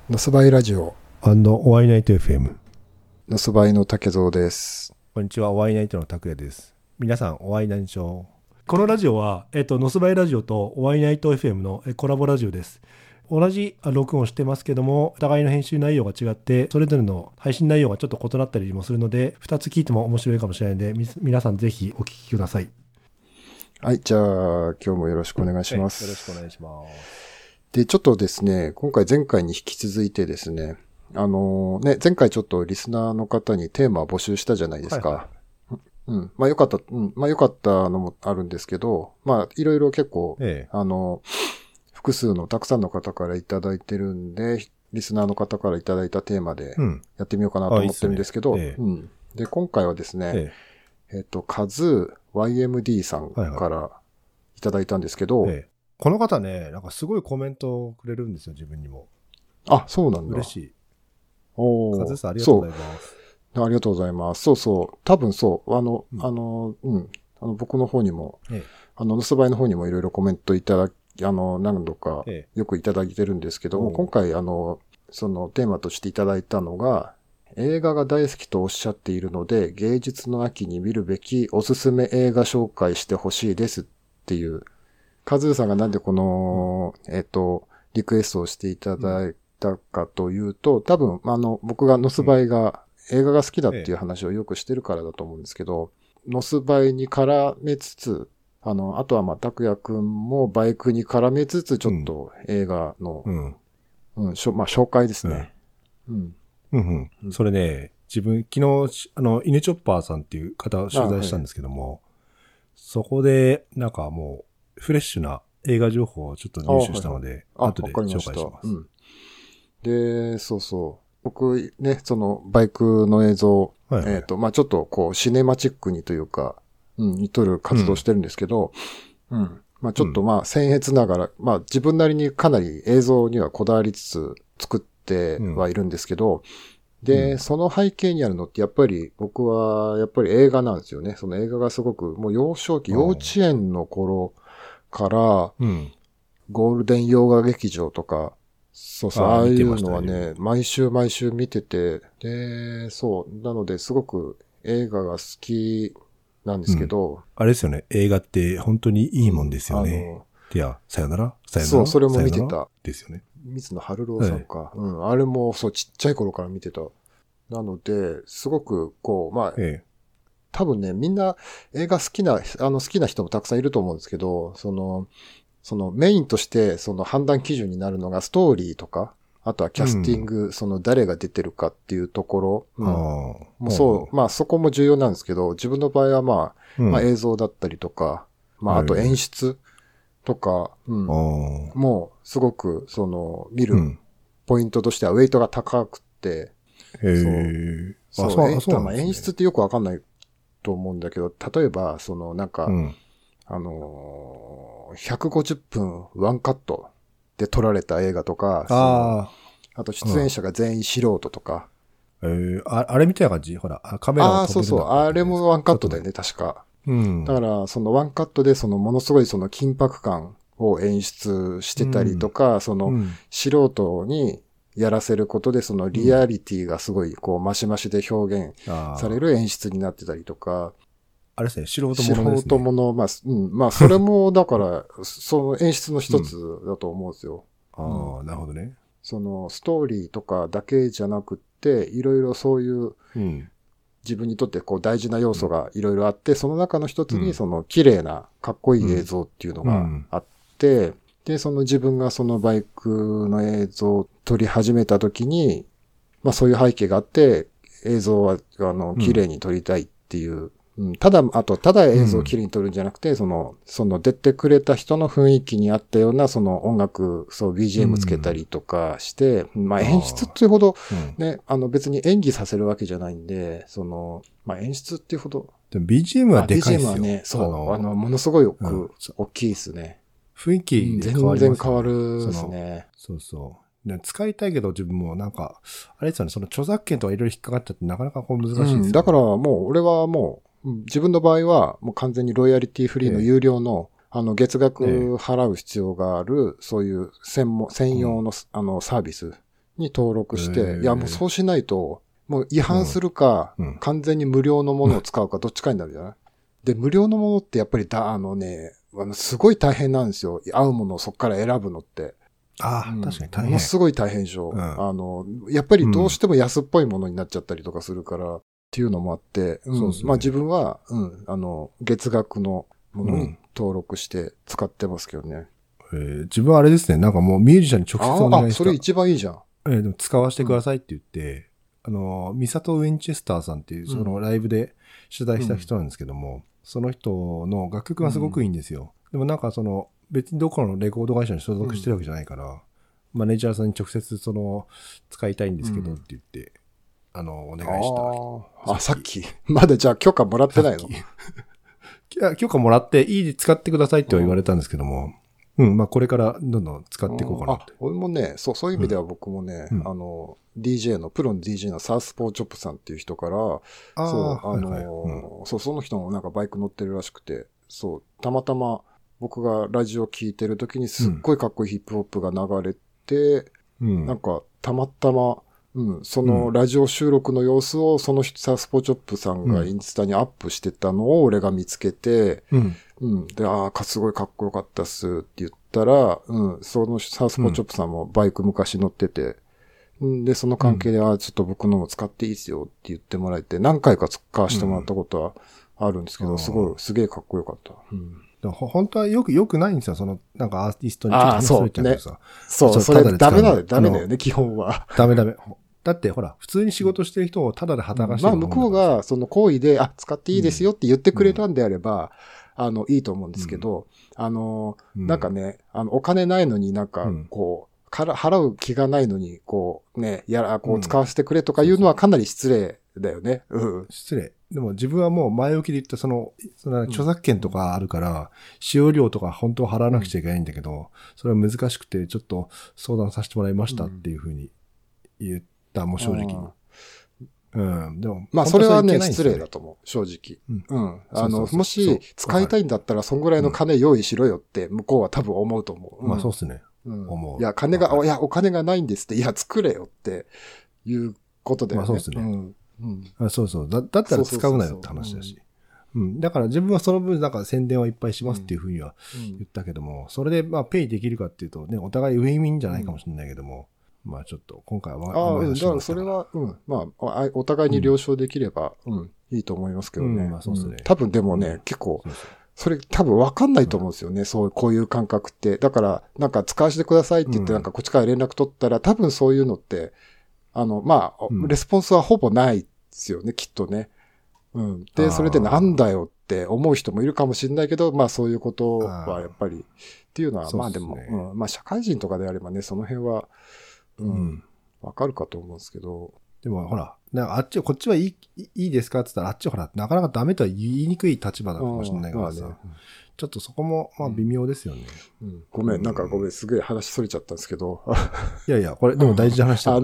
のすばいラジオおワイナイト FM。 のすばいの竹蔵です。 こんにちは、おワイナイトの拓也です。皆さんおワイナイト。このラジオはのすばいラジオとおワイナイト FM のコラボラジオです。同じ録音をしてますけども、お互いの編集内容が違ってそれぞれの配信内容がちょっと異なったりもするので、2つ聞いても面白いかもしれないので、皆さんぜひお聞きください。 はい、じゃあ今日もよろしくお願いします。 よろしくお願いします。 で、ちょっとですね、今回前回に引き続いてですね、前回ちょっとリスナーの方にテーマを募集したじゃないですか。はいはい、まあよかった、のもあるんですけど、まあいろいろ結構、複数のたくさんの方からいただいてるんで、リスナーの方からいただいたテーマでやってみようかなと思ってるんですけど、で、今回はですね、カズー YMD さんからいただいたんですけど、 この方ね、なんかすごいコメントをくれるんですよ、自分にも。 あ、そうなんだ。 嬉しい。カズーさんありがとうございます。 ありがとうございます。そうそう。多分そう。僕の方にも、のすばいの方にもいろいろコメントいただき、何度かよくいただいてるんですけども、今回そのテーマとしていただいたのが、映画が大好きとおっしゃっているので、芸術の秋に見るべきおすすめ映画紹介してほしいですっていう、カズーさんがなんでこの、リクエストをしていただいたかというと、多分、僕がのすばいが映画が好きだっていう話をよくしてるからだと思うんですけど、のすばいに絡めつつ、あとは拓也くんもバイクに絡めつつ、ちょっと映画の、紹介ですね。 それね、自分、昨日、犬チョッパーさんっていう方を取材したんですけども、そこで、なんかもう、フレッシュな映画情報をちょっと入手したので、後で紹介します。 で、そうそう。僕ね、そのバイクの映像、ちょっとこうシネマチックにというか、に撮る活動してるんですけど、ちょっと僭越ながら、自分なりにかなり映像にはこだわりつつ作ってはいるんですけど、で、その背景にあるのってやっぱり僕はやっぱり映画なんですよね。その映画がすごくもう幼稚園の頃から、ゴールデン洋画劇場とか、ああいうのはね、毎週見てて、で、なのですごく映画が好きなんですけど。 あれですよね、映画って本当にいいもんですよね。いや、さよならそう、それも見てた。 ですよね。 水野晴郎さんか。あれもちっちゃい頃から見てた。なので、すごくこう、多分ね、みんな映画好きな人もたくさんいると思うんですけど、そのメインとしてその判断基準になるのがストーリーとか、あとはキャスティング、その誰が出てるかっていうところ、そこも重要なんですけど、自分の場合は映像だったりとか、あと演出とか、もうすごく見るポイントとしてはウェイトが高くて、演出ってよくわかんないと思うんだけど、例えば、150分ワンカットで撮られた映画とか、あと出演者が全員素人とか。 あれみたいな感じほら、カメラが飛べるんだ。 あれもワンカットだよね、確か。だから、そのワンカットでものすごい緊迫感を演出してたりとか、素人にやらせることでリアリティがすごいこうマシマシで表現される演出になってたりとか、 あれですね、素人ものですね。 素人もの、それもだからその演出の一つだと思うんですよ。 なるほどね。 ストーリーとかだけじゃなくって、いろいろそういう、自分にとってこう大事な要素がいろいろあって、その中の一つに綺麗なかっこいい映像っていうのがあって、で、自分がバイクの映像を撮り始めた時に、そういう背景があって、映像は綺麗に撮りたいっていう、ただ映像を綺麗に撮るんじゃなくて、出てくれた人の雰囲気に合ったような音楽、BGM つけたりとかして、演出っていうほど、ね、別に演技させるわけじゃないんで、演出っていうほど。 でも BGM はでかいですよ。 BGM はね、ものすごい大きいですね。 雰囲気全然変わるですね。 そう。使いたいけど自分もなんか、あれですよね、著作権とかいろいろ引っかかっちゃってなかなか難しいですよね。 だからもう、俺はもう、自分の場合はもう完全にロイヤリティフリーの有料の、月額払う必要がある、そういう専用の、サービスに登録して、いやもうそうしないと、もう違反するか、完全に無料のものを使うかどっちかになるじゃない？で、無料のものってやっぱりすごい大変なんですよ。合うものをそこから選ぶのって。 ああ、確かに大変。 ものすごい大変でしょ。やっぱりどうしても安っぽいものになっちゃったりとかするから、っていうのもあって、まあ自分は、月額のものに登録して使ってますけどね。 自分はあれですね、なんかもうミュージシャンに直接お願いした。 それ一番いいじゃん。 でも使わせてくださいって言って、ミサト・ウィンチェスターさんっていう、そのライブで取材した人なんですけども、その人の楽曲がすごくいいんですよ。でもなんか別にどこのレコード会社に所属してるわけじゃないから、マネージャーさんに直接使いたいんですけどって言って、お願いした。 さっきまだじゃあ許可もらってないの？ いや、許可もらって、いい使ってくださいって言われたんですけども、まあこれからどんどん使っていこうかなって。 俺もね、そういう意味では僕もね、DJ の、プロの DJ のサウスポーチョップさんっていう人から、その人もなんかバイク乗ってるらしくて、たまたま僕がラジオ聞いてる時にすっごいかっこいいヒップホップが流れて、なんかたまたま、そのラジオ収録の様子をそのサウスポーチョップさんがインスタにアップしてたのを俺が見つけて、で、すごいかっこよかったっすって言ったら、そのサウスポーチョップさんもバイク昔乗ってて、で、その関係で、ちょっと僕のも使っていいですよって言ってもらえて、何回か使わせてもらったことはあるんですけど、すげえかっこよかった。 本当はよくないんですよ。なんかアーティストにちょっと話されちゃうとさ。 それダメだよね、基本は。 ダメ。だってほら、普通に仕事してる人をただで働かしてる向こうがその行為で、使っていいですよって言ってくれたんであれば、いいと思うんですけど、なんかね、お金ないのになんか、払う気がないのに、使わせてくれとかいうのはかなり失礼だよね。 失礼。でも自分はもう前置きで言ったその著作権とかあるから、使用料とか本当は払わなくちゃいけないんだけど、それは難しくてちょっと相談させてもらいましたっていうふうに言った、もう正直に。でも。 まあそれはね、失礼だと思う、正直。もし使いたいんだったらそんぐらいの金用意しろよって向こうは多分思うと思う。 まあそうっすね。思う。 いや、お金がないんですって、いや、作れよっていうことだよね。 まあそうですね。そう。だったら使うなよって話だし。だから自分はその分、なんか宣伝はいっぱいしますっていうふうには言ったけども、それでまあペイできるかっていうとね、お互いウィンウィンじゃないかもしれないけども、まあちょっと今回はだからそれは、まあ、お互いに了承できれば、いいと思いますけどね。 まあそうですね。 多分でもね、結構、それ多分分かんないと思うんですよね。こういう感覚って。だから、なんか使わせてくださいって言って、なんかこっちから連絡取ったら、多分そういうのって、レスポンスはほぼないですよね、きっとね。で、それでなんだよって思う人もいるかもしれないけど、まあそういうことはやっぱり、っていうのは、まあでも、まあ社会人とかであればね、その辺は、わかるかと思うんですけど。 でもほら、なんかこっちはいいですかって言ったら、あっちほら、なかなかダメとは言いにくい立場だかもしれないからさ。ちょっとそこも、まあ微妙ですよね。 ごめん、すげえ話それちゃったんですけど。 いや、これでも大事な話だ。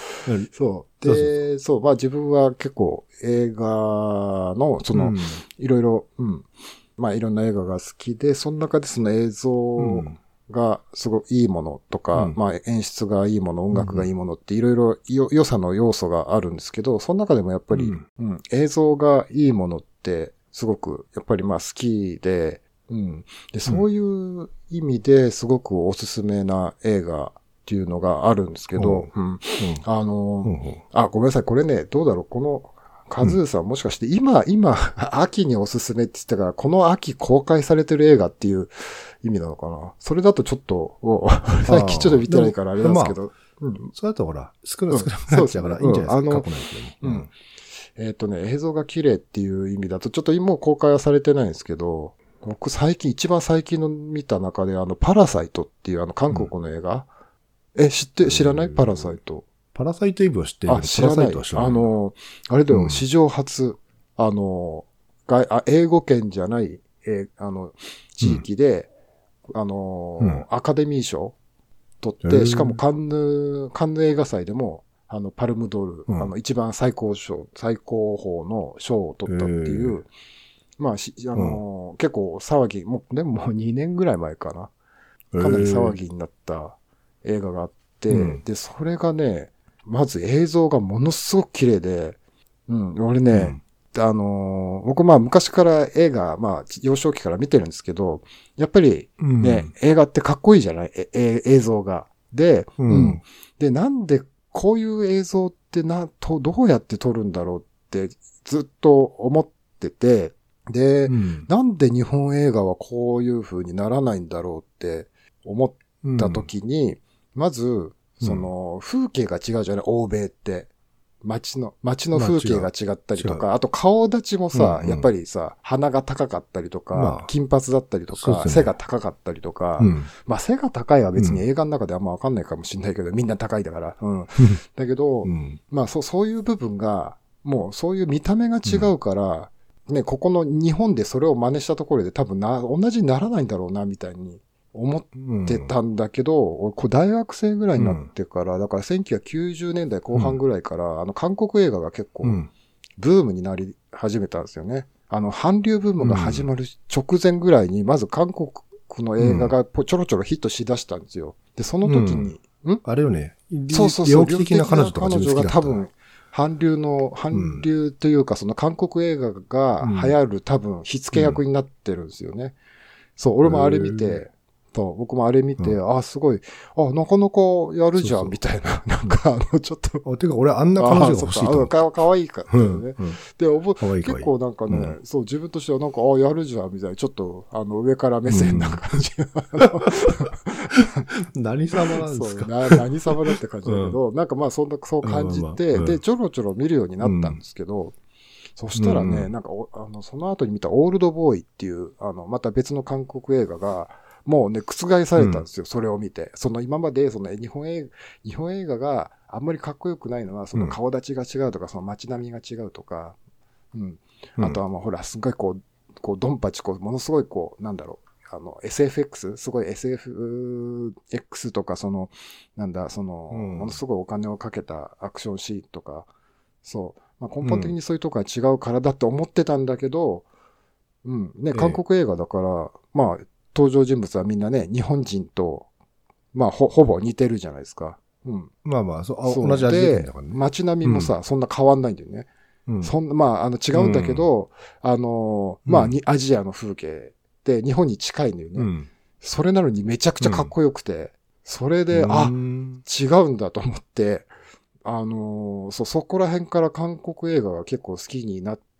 まあ自分は結構映画の、いろいろ、まあいろんな映画が好きで、その中でその映像がすごくいいものとか、まあ演出がいいもの、音楽がいいものっていろいろ良さの要素があるんですけど、その中でもやっぱり、映像がいいものってすごくやっぱりまあ好きで、で、そういう意味ですごくおすすめな映画っていうのがあるんですけど、ごめんなさい、これね、どうだろう、この、カズーさんもしかして今、秋におすすめって言ったから、この秋公開されてる映画っていう意味なのかな。それだとちょっと、最近ちょっと見てないからあれなんですけど。 それだとほら、少なくなっちゃうからいいんじゃないですか、過去のやつでも。映像が綺麗っていう意味だと、ちょっと今公開はされてないんですけど、僕一番最近の見た中でパラサイトっていう韓国の映画、知らないパラサイト。 パラサイトイブは知ってるけど、 知らない。あれだよ、史上初、英語圏じゃない、地域で、アカデミー賞取って、しかもカンヌ映画祭でも、パルムドール、一番最高峰の賞を取ったっていう、まあ、結構騒ぎ、でも2年ぐらい前かな。かなり騒ぎになった映画があっで、それがね、まず映像がものすごく綺麗で、俺ね、僕昔から映画、幼少期から見てるんですけど、やっぱりね、映画ってかっこいいじゃない？映像が。で、で、なんでこういう映像ってどうやって撮るんだろうってずっと思ってて、で、なんで日本映画はこういう風にならないんだろうって思った時に、まず、風景が違うじゃない？欧米って。街の風景が違ったりとか、あと顔立ちもさ、やっぱりさ、鼻が高かったりとか、金髪だったりとか、背が高かったりとか、背が高いは別に映画の中であんまわかんないかもしれないけど、みんな高いだから。だけど、そういう部分が、もうそういう見た目が違うから、ね、ここの日本でそれを真似したところで多分同じにならないんだろうな、みたいに思ってたんだけど、大学生ぐらいになってから、だから1990年代後半ぐらいから、韓国映画が結構、ブームになり始めたんですよね。韓流ブームが始まる直前ぐらいに、まず韓国の映画がちょろちょろヒットしだしたんですよ。で、その時に、 あれよね。 そう。 猟奇的な彼女とか彼女が多分、韓流というか、その韓国映画が流行る多分、火付け役になってるんですよね。そう、俺もあれ見て、僕もあれ見て、すごい、なかなかやるじゃん、みたいな。なんか、ちょっと。 てか、俺あんな彼女が欲しいと思った。 かわいいからね。で、結構なんかね、そう、自分としてはなんか、やるじゃん、みたいな。ちょっと、上から目線な感じ。 何様なんですか？ 何様だって感じだけど、なんかそう感じて、で、ちょろちょろ見るようになったんですけど、そしたらね、なんか、その後に見たオールドボーイっていう、また別の韓国映画が、もうね、覆されたんですよ、それを見て。今まで、日本映画があんまりかっこよくないのは、顔立ちが違うとか、街並みが違うとか、あとはほら、すごいドンパチ、ものすごいなんだろう、SFX? すごい SFX とか、ものすごいお金をかけたアクションシーンとか、そう、根本的にそういうとこが違うからだって思ってたんだけど、韓国映画だから、登場人物はみんなね、日本人と、ほぼ似てるじゃないですか。 同じ味で、 街並みもさ、そんな変わんないんだよね。違うんだけど、アジアの風景って日本に近いんだよね。それなのにめちゃくちゃかっこよくて、それで、違うんだと思って、そこら辺から韓国映画が結構好きになって、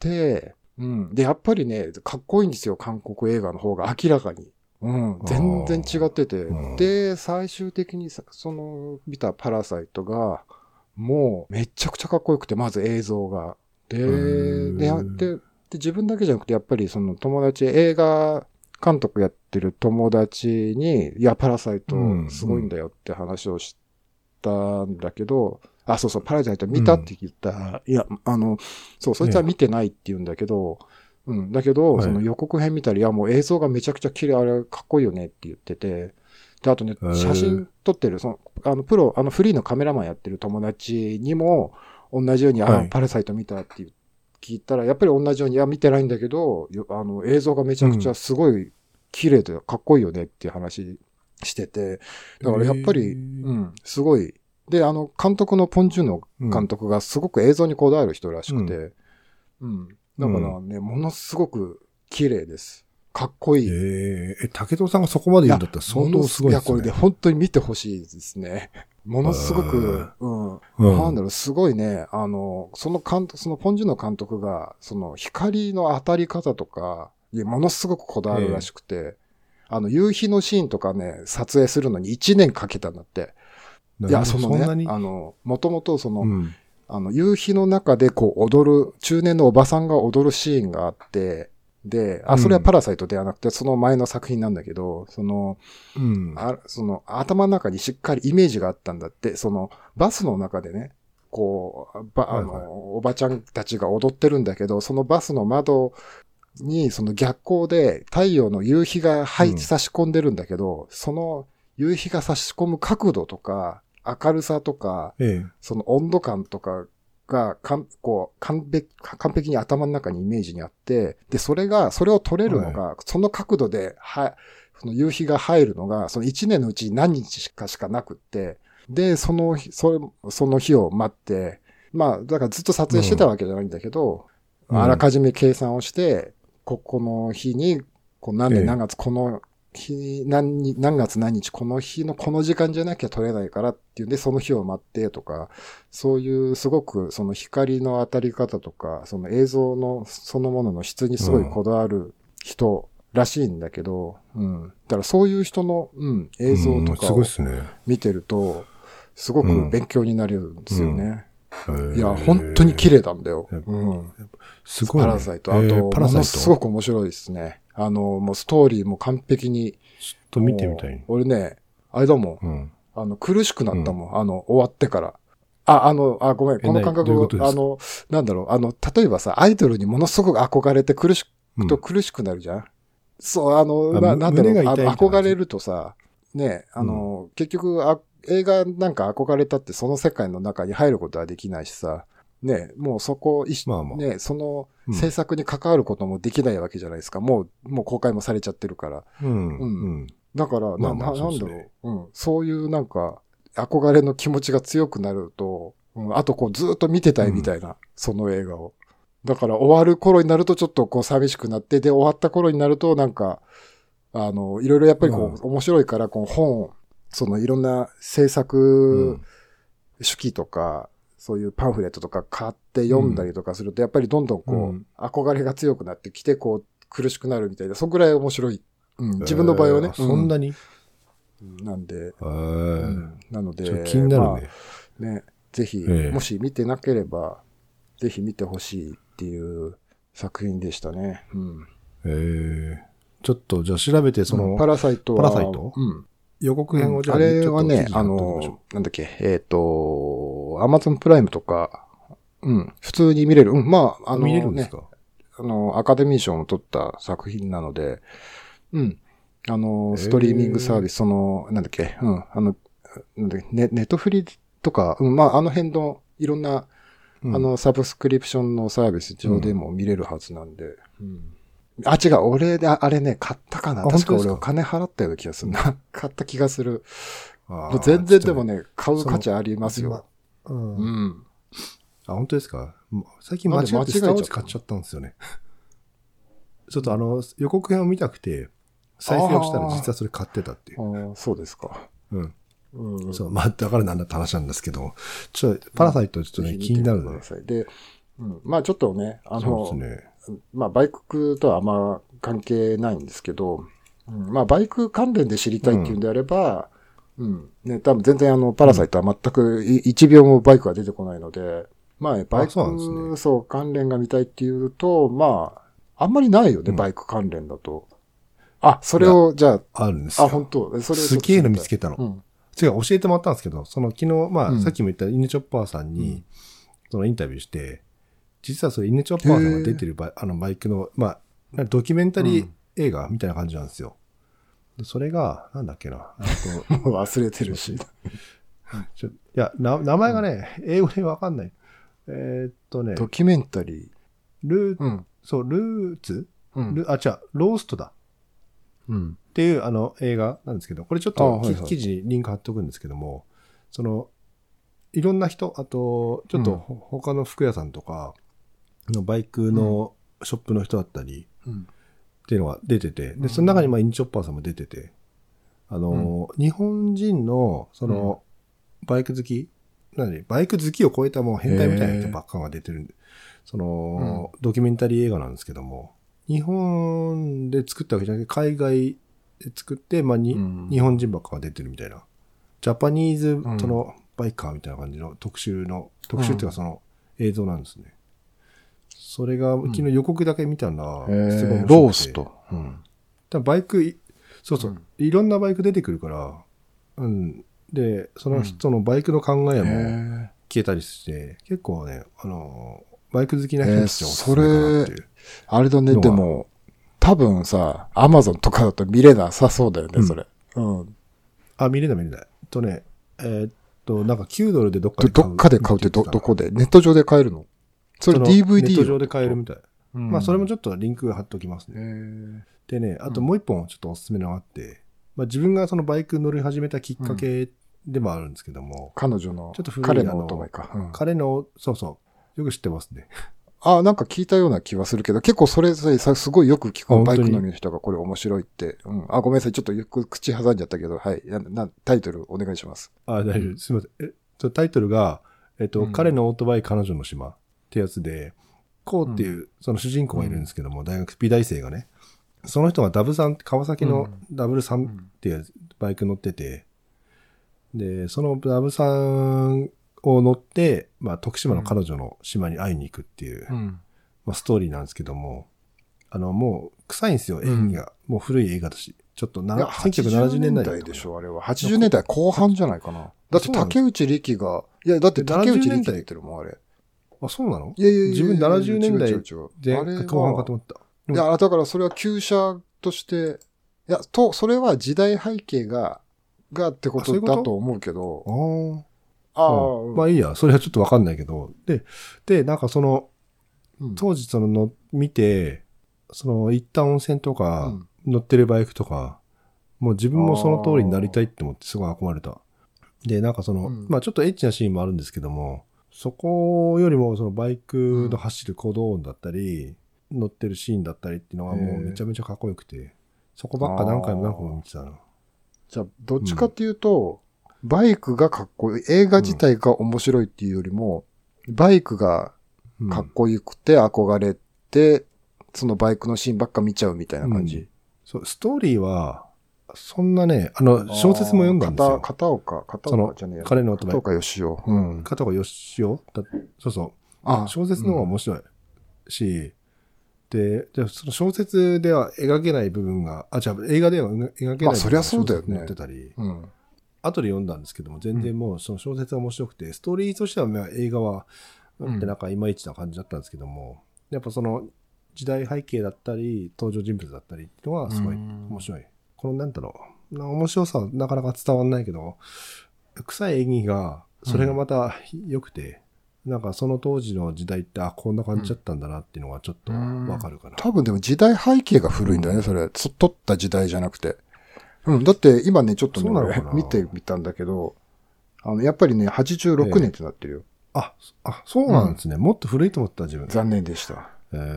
で、やっぱりね、かっこいいんですよ、韓国映画の方が明らかに。全然違ってて。で、最終的に見たパラサイトが、もうめちゃくちゃかっこよくて、まず映像が。で、自分だけじゃなくて、やっぱり友達、映画監督やってる友達に、いや、パラサイトすごいんだよって話をしたんだけど、そう、パラサイト見たって言ったら、いや、そいつは見てないって言うんだけど、だけど、予告編見たら、いや、もう映像がめちゃくちゃ綺麗、あれかっこいいよねって言ってて、で、あとね、写真撮ってる、プロ、フリーのカメラマンやってる友達にも、同じように、パラサイト見たって聞いたら、やっぱり同じように、いや、見てないんだけど、映像がめちゃくちゃすごい綺麗でかっこいいよねっていう話してて、だからやっぱり、すごい、で、監督のポン・ジュノ監督がすごく映像にこだわる人らしくて、だからね、ものすごく綺麗です。かっこいい。 竹藤さんがそこまで言うんだったら相当すごいですね。 いや、これで本当に見てほしいですね。ものすごく、なんだろう、すごいね、そのポン・ジュノ監督が、光の当たり方とか、ものすごくこだわるらしくて、夕日のシーンとかね、撮影するのに1年かけたんだって。いや、もともと夕日の中で踊る、中年のおばさんが踊るシーンがあって、で、それはパラサイトではなくて、その前の作品なんだけど、頭の中にしっかりイメージがあったんだって、バスの中でね、おばちゃんたちが踊ってるんだけど、そのバスの窓に、逆光で太陽の夕日が差し込んでるんだけど、その夕日が差し込む角度とか、明るさとか、その温度感とかが完璧に頭の中にイメージにあって、で、それを撮れるのが、その角度で、その夕日が入るのが、その1年のうちに何日しかなくって、 で、その日を待って、まあ、だからずっと撮影してたわけじゃないんだけど、あらかじめ計算をして、この日に、何年何月、この日、何月何日、この日のこの時間じゃなきゃ撮れないからっていうんで、その日を待ってとか、そういうすごくその光の当たり方とか、その映像のそのものの質にすごいこだわる人らしいんだけど、だからそういう人の、映像とかを見てると、すごく勉強になるんですよね。いや、本当に綺麗なんだよ。 すごい、 パラサイト。あと、ものすごく面白いですね。もうストーリーも完璧に。 ちょっと見てみたい。 俺ね、あれだもん。苦しくなったもん。終わってから。ごめん。この感覚を、なんだろう。例えばさ、アイドルにものすごく憧れて苦しくなるじゃん。そう、なんだろう。憧れるとさ、ね、結局、映画なんか憧れたってその世界の中に入ることはできないしさ、ね、もうそこ、ね、その制作に関わることもできないわけじゃないですか。もう公開もされちゃってるから。だから、なんだろう、そういうなんか、憧れの気持ちが強くなると、あとずっと見てたいみたいな、その映画を。だから終わる頃になるとちょっと寂しくなって、で、終わった頃になるとなんか、いろいろやっぱり面白いから、本、いろんな制作手記とか、そういうパンフレットとか買って読んだりとかすると、やっぱりどんどん憧れが強くなってきて、苦しくなるみたいな、そんぐらい面白い。自分の場合はね。 そんなになんで、なので、 気になるね。 ね、ぜひ、もし見てなければ、ぜひ見てほしいっていう作品でしたね。 ちょっと、じゃあ調べて、 パラサイトは、 予告編をじゃあ、 あれはね、なんだっけ、Amazon プライムとか、普通に見れる。 見れるんですか？ アカデミー賞を取った作品なので、ストリーミングサービス、なんだっけ、ネットフリとか、あの辺のいろんな、サブスクリプションのサービス上でも見れるはずなんで、違う、俺で、あれね、買ったかな。確か俺お金払ったような気がするな。買った気がする。もう全然でもね、買う価値ありますよ。 本当ですか？最近間違ってスターウォーズ買っちゃったんですよね。ちょっと予告編を見たくて、再生をしたら実はそれ買ってたっていう。 そうですか。 そう、だからなんだって話なんですけど、ちょっと、パラサイトちょっとね、気になるね。 で、ちょっとね、 そうですね。 バイクとはあんま関係ないんですけど、バイク関連で知りたいっていうんであれば、ね、多分全然パラサイトは全く1秒もバイクが出てこないので、バイク、そう、関連が見たいっていうと、あんまりないよね、バイク関連だと。それを、じゃあ、 あるんですよ。 本当。それすげえの見つけたの。違う、教えてもらったんですけど、昨日、さっきも言ったイヌチョッパーさんに、インタビューして、実はそれイヌチョッパーさんが出てるバイクの、ドキュメンタリー映画みたいな感じなんですよ。それが、なんだっけな。 忘れてるし。 いや、名前がね、英語でわかんない。 ドキュメンタリー。 そう、ルーツローストだ。っていう映画なんですけど、これちょっと記事にリンク貼っておくんですけども、いろんな人、あと、ちょっと他の服屋さんとかのバイクのショップの人だったり、っていうのが出てて、で、その中にインチョッパーさんも出てて、日本人の、バイク好き、バイク好きを超えたもう変態みたいな人ばっかが出てるんで、ドキュメンタリー映画なんですけども、日本で作ったわけじゃなくて、海外で作って、日本人ばっかが出てるみたいな。ジャパニーズ、バイカーみたいな感じの特集っていうか映像なんですね。それが、昨日予告だけ見たんだ。 すごい。ロースト。 バイク、いろんなバイク出てくるから、で、その人のバイクの考えも聞けたりして、結構ね、バイク好きな人たちはおすすめかなっていう。 あれだね、でも、多分さ、アマゾンとかだと見れなさそうだよね、それ。 見れない。なんか9ドルでどっかで買うってどこでネット上で買えるの？それ DVD？ ネット上で買えるみたい。それもちょっとリンク貼っておきますね。でね、あともう一本ちょっとおすすめのがあって、自分がそのバイク乗り始めたきっかけでもあるんですけども。 彼女の、 ちょっと古い彼のオートバイか。 彼の、そうそう。よく知ってますね。 なんか聞いたような気はするけど、結構それすごいよく聞くバイク乗りの人がこれ面白いって。ごめんなさい。ちょっとよく口挟んじゃったけど、はい。タイトルお願いします。 大丈夫。すみません。タイトルが、彼のオートバイ彼女の島ってやつで、こうっていう、その主人公がいるんですけども、美大生がね、その人が川崎の W3 っていうバイク乗ってて、で、その W3 を乗って、徳島の彼女の島に会いに行くっていう、ストーリーなんですけども、もう臭いんですよ、演技が。もう古い映画だし。ちょっと1970年代でしょ、あれは。80年代後半じゃないかな。だって竹内力が、だって竹内力出てるもん、あれ。 あ、そうなの？ いや自分70年代で後半かと思った。 だからそれは旧車として、それは時代背景がってことだと思うけど。 まあいいや、それはちょっとわかんないけど。で、なんか当時見て、行った温泉とか、乗ってるバイクとか、もう自分もその通りになりたいって思ってすごい憧れた。で、なんかちょっとエッチなシーンもあるんですけども、そこよりもバイクの走る鼓動音だったり、乗ってるシーンだったりっていうのがもうめちゃめちゃかっこよくて、そこばっか何回も見てたな。 じゃあ、どっちかっていうと、バイクがかっこいい。映画自体が面白いっていうよりも、バイクがかっこよくて憧れて、そのバイクのシーンばっか見ちゃうみたいな感じ。 そう、ストーリーは、そんなね、小説も読んだんですよ。 片岡じゃねえや。 彼のオートバイク。 片岡義雄。 片岡義雄そうそう。小説の方が面白いし、で、その小説では描けない部分が、じゃあ映画では描けない部分がそりゃそうだよね。 載ってたり、後で読んだんですけども、全然もうその小説が面白くて、ストーリーとしては映画は、なんかいまいちな感じだったんですけども、やっぱその時代背景だったり、登場人物だったりっていうのはすごい面白い。このなんだろう、面白さはなかなか伝わんないけど、臭い演技が、それがまた良くて、なんかその当時の時代ってこんな感じだったんだなっていうのがちょっとわかるかな。 多分でも時代背景が古いんだよね、それ。撮った時代じゃなくて。だって今ね、ちょっとね、見てみたんだけど、やっぱりね、86年ってなってるよ。 そうなんですね。もっと古いと思った自分。 残念でした。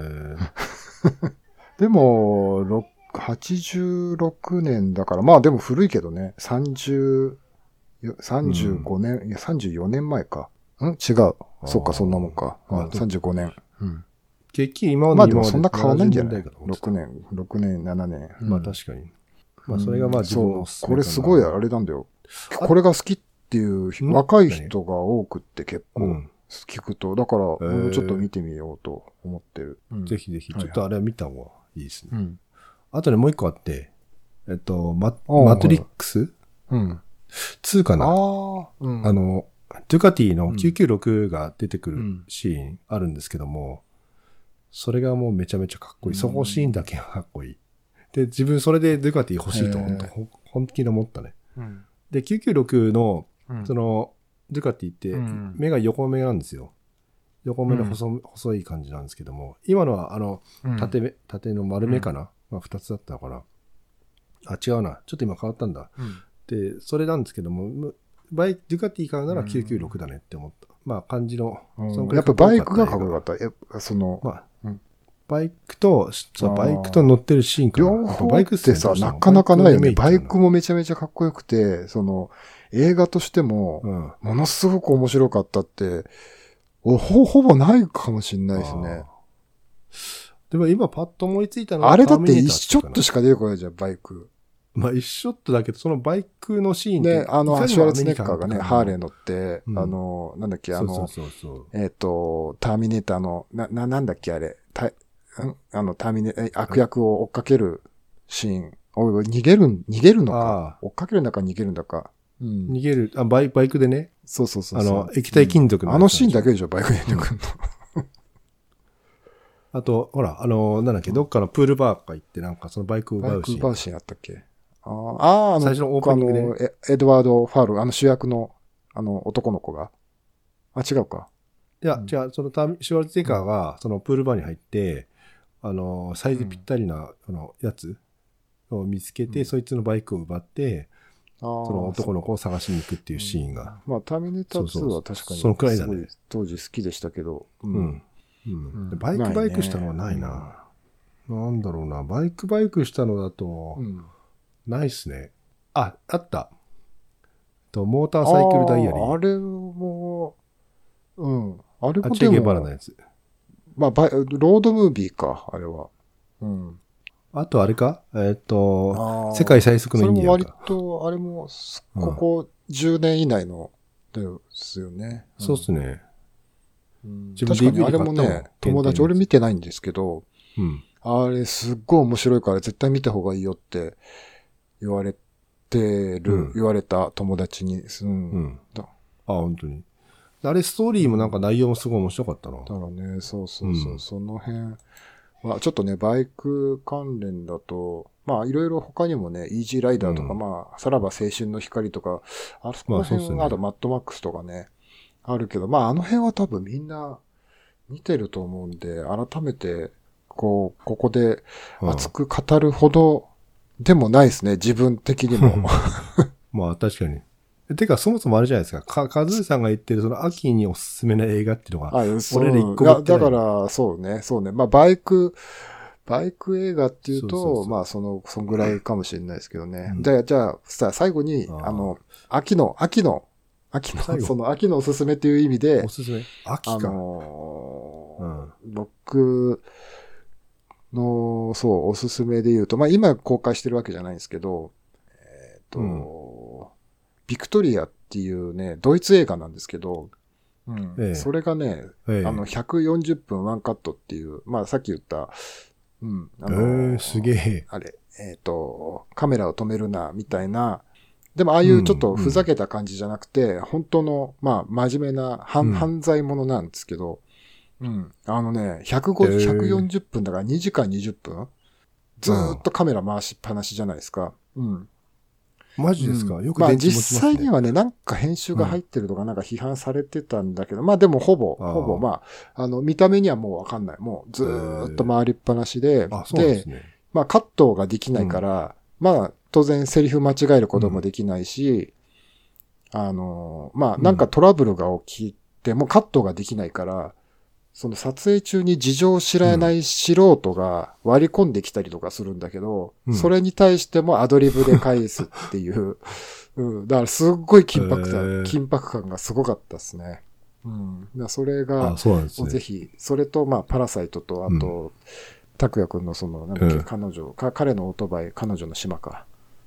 でも、86年だから、まあでも古いけどね、35年、いや34年前か。違う。そっか、そんなもんか。35年。 結局今までもそんな変わんないんじゃない ?6 年、7年。 まあ確かに。まあそれがまあ自分のこれすごいあれなんだよ。これが好きっていう若い人が多くって結構聞くと、だからちょっと見てみようと思ってる。 ぜひぜひ、ちょっとあれは見た方がいいですね。あとね、もう一個あって、マトリックス ?2 かな。ドゥカティの996が出てくるシーンあるんですけども、それがもうめちゃめちゃかっこいい。そこシーンだけがかっこいい。で、自分それでドゥカティ欲しいと本気で思ったね。で、996の、その、ドゥカティって目が横目なんですよ。横目の細い感じなんですけども、今のは縦の丸目かな、2つだったのかな。違うな。ちょっと今変わったんだ。で、それなんですけども、ドゥカティからなら996だねって思った。感じの。 やっぱバイクがかっこよかった。 バイクと乗ってるシーンかな。 両方ってさ、なかなかないよね。バイクもめちゃめちゃかっこよくて、映画としても、ものすごく面白かったって、ほぼないかもしれないですね。 でも今パッと思いついたのはあれだって1ショットしか出てこないじゃん、バイク。 1ショットだけど、そのバイクのシーンって。 ね、シュワルツェネッカーがね、ハーレー乗って、なんだっけ、ターミネーターの、なんだっけ、あれ、ターミネーター、悪役を追っかけるシーン。逃げるのか。追っかけるんだか逃げるんだか。 逃げる、バイクでね。 そう。 液体金属の。シーンだけでしょ、バイクで出てくるの。 あと、ほら、なんだっけ、どっかのプールバーか行って、なんかそのバイクを奪うシーン。 バイク奪うシーンあったっけ？ 最初のオープニングで。 エドワード・ファール、主役の、男の子が。違うか。 いや、違う、そのシュワルツェネッカーが、そのプールバーに入って、サイズぴったりな、やつを見つけて、そいつのバイクを奪って、 その男の子を探しに行くっていうシーンが。 まあ、ターミネーター2は確かに、 そのくらいだね。 当時好きでしたけど。 バイクしたのはないな。なんだろうな。バイクしたのだと、ないっすね。あった。モーターサイクルダイアリー。 あれも、あれもチェゲバラのやつ。 まあ、ロードムービーか、あれは。 あとあれか世界最速のインディアンか。 それも割と、あれも、ここ10年以内の、ですよね。 そうっすね。 確かにあれもね、友達、俺見てないんですけど、あれすっごい面白いから絶対見た方がいいよって言われた友達に。 本当に。あれストーリーもなんか内容もすごい面白かったな。 だからね、そう、その辺は、ちょっとね、バイク関連だと、まあいろいろ他にもね、イージーライダーとか、まあ、さらば青春の光とか、あそこら辺は、あとマッドマックスとかね、あるけど、まああの辺は多分みんな見てると思うんで、改めて、ここで熱く語るほどでもないですね、自分的にも。 まあ確かに。てか、そもそもあれじゃないですか。カズーさんが言ってる、その秋におすすめの映画っていうのが、俺ら一個もだから、そうね。まあ、バイク映画っていうと、まあ、そんぐらいかもしれないですけどね。じゃあ、最後に、秋のその秋のおすすめっていう意味で、 おすすめ秋か。 僕の、おすすめで言うと、まあ、今公開してるわけじゃないんですけど、ビクトリアっていうね、ドイツ映画なんですけど、それがね、140分ワンカットっていう、まあさっき言った、 すげえ。 あれ、カメラを止めるな、みたいな、でもああいうちょっとふざけた感じじゃなくて、本当の、まあ真面目な犯罪者なんですけど、140分だから2時間20分ずーっとカメラ回しっぱなしじゃないですか。 マジですか、よくまあ実際にはね、なんか編集が入ってるとかなんか批判されてたんだけど、まあでもほぼ、まあ、見た目にはもうわかんない。もうずーっと回りっぱなしで、で、まあカットができないから、まあ当然セリフ間違えることもできないし、まあなんかトラブルが起きてもカットができないから、その撮影中に事情を知らない素人が割り込んできたりとかするんだけど、それに対してもアドリブで返すっていう、だからすっごい緊迫感がすごかったですね。だそれが、ぜひ、それとまあパラサイトと、あと、拓也くんのその、なんだっけ、彼のオートバイ、彼女の島か。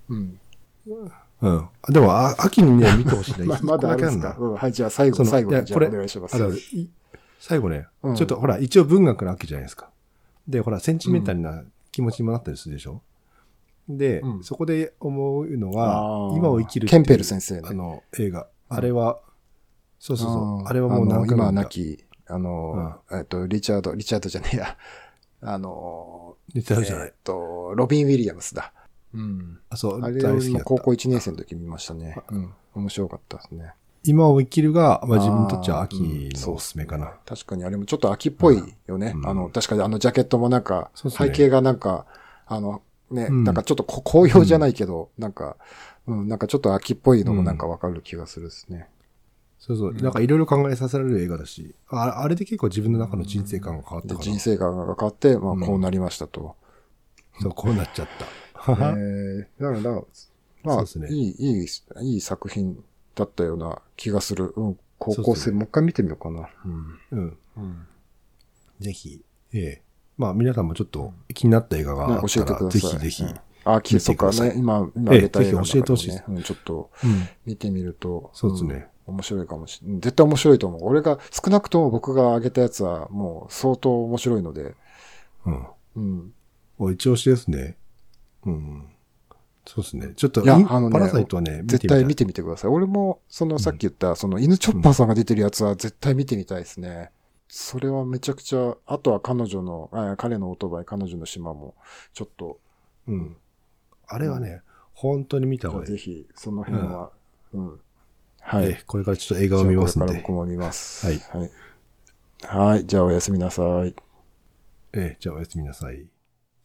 でも、秋にね、見てほしいな。 まだあるんですか。はい、じゃあ最後にじゃあお願いします。 最後ね、ちょっとほら、一応文学なわけじゃないですか。で、ほら、センチメンタルな気持ちにもなったりするでしょ。で、そこで思うのは、今を生きるケンペル先生の映画。あれは、あれはもう何回も今亡き、リチャードじゃねえや。 リチャードじゃない。 ロビン・ウィリアムスだ。あれを高校1年生の時見ましたね。面白かったですね。 今を生きるが、まあ自分にとっては秋のおすすめかな。 確かにあれもちょっと秋っぽいよね。確かにジャケットもなんか、背景がなんか、なんかちょっと紅葉じゃないけど、なんかちょっと秋っぽいのもなんかわかる気がするですね。 なんかいろいろ考えさせられる映画だし、あれで結構自分の中の人生観が変わったから。 人生観が変わって、まあこうなりましたと。 そう、こうなっちゃった。 だから、まあ、いい作品だったような気がする。高校生、もう一回見てみようかな。 ぜひ、まあ皆さんもちょっと気になった映画があったら、ぜひぜひ。 そっかね、今挙げた映画ぜひ教えてほしいです。 ちょっと見てみると、 そうですね。 面白いかもしれない。絶対面白いと思う。俺が、少なくとも僕が挙げたやつはもう相当面白いので。 一押しですね。そうですね。ちょっと、パラサイトはね、 絶対見てみてください。俺も、さっき言った、犬チョッパーさんが出てるやつは絶対見てみたいですね。それはめちゃくちゃ、あとは彼のオートバイ、彼女の島も、ちょっと。 あれはね、本当に見た方がいい。 ぜひ、その辺は、 はい。これからちょっと映画を見ますんで。 これから僕も見ます。 はい。 はい。じゃあおやすみなさい。 じゃあおやすみなさい。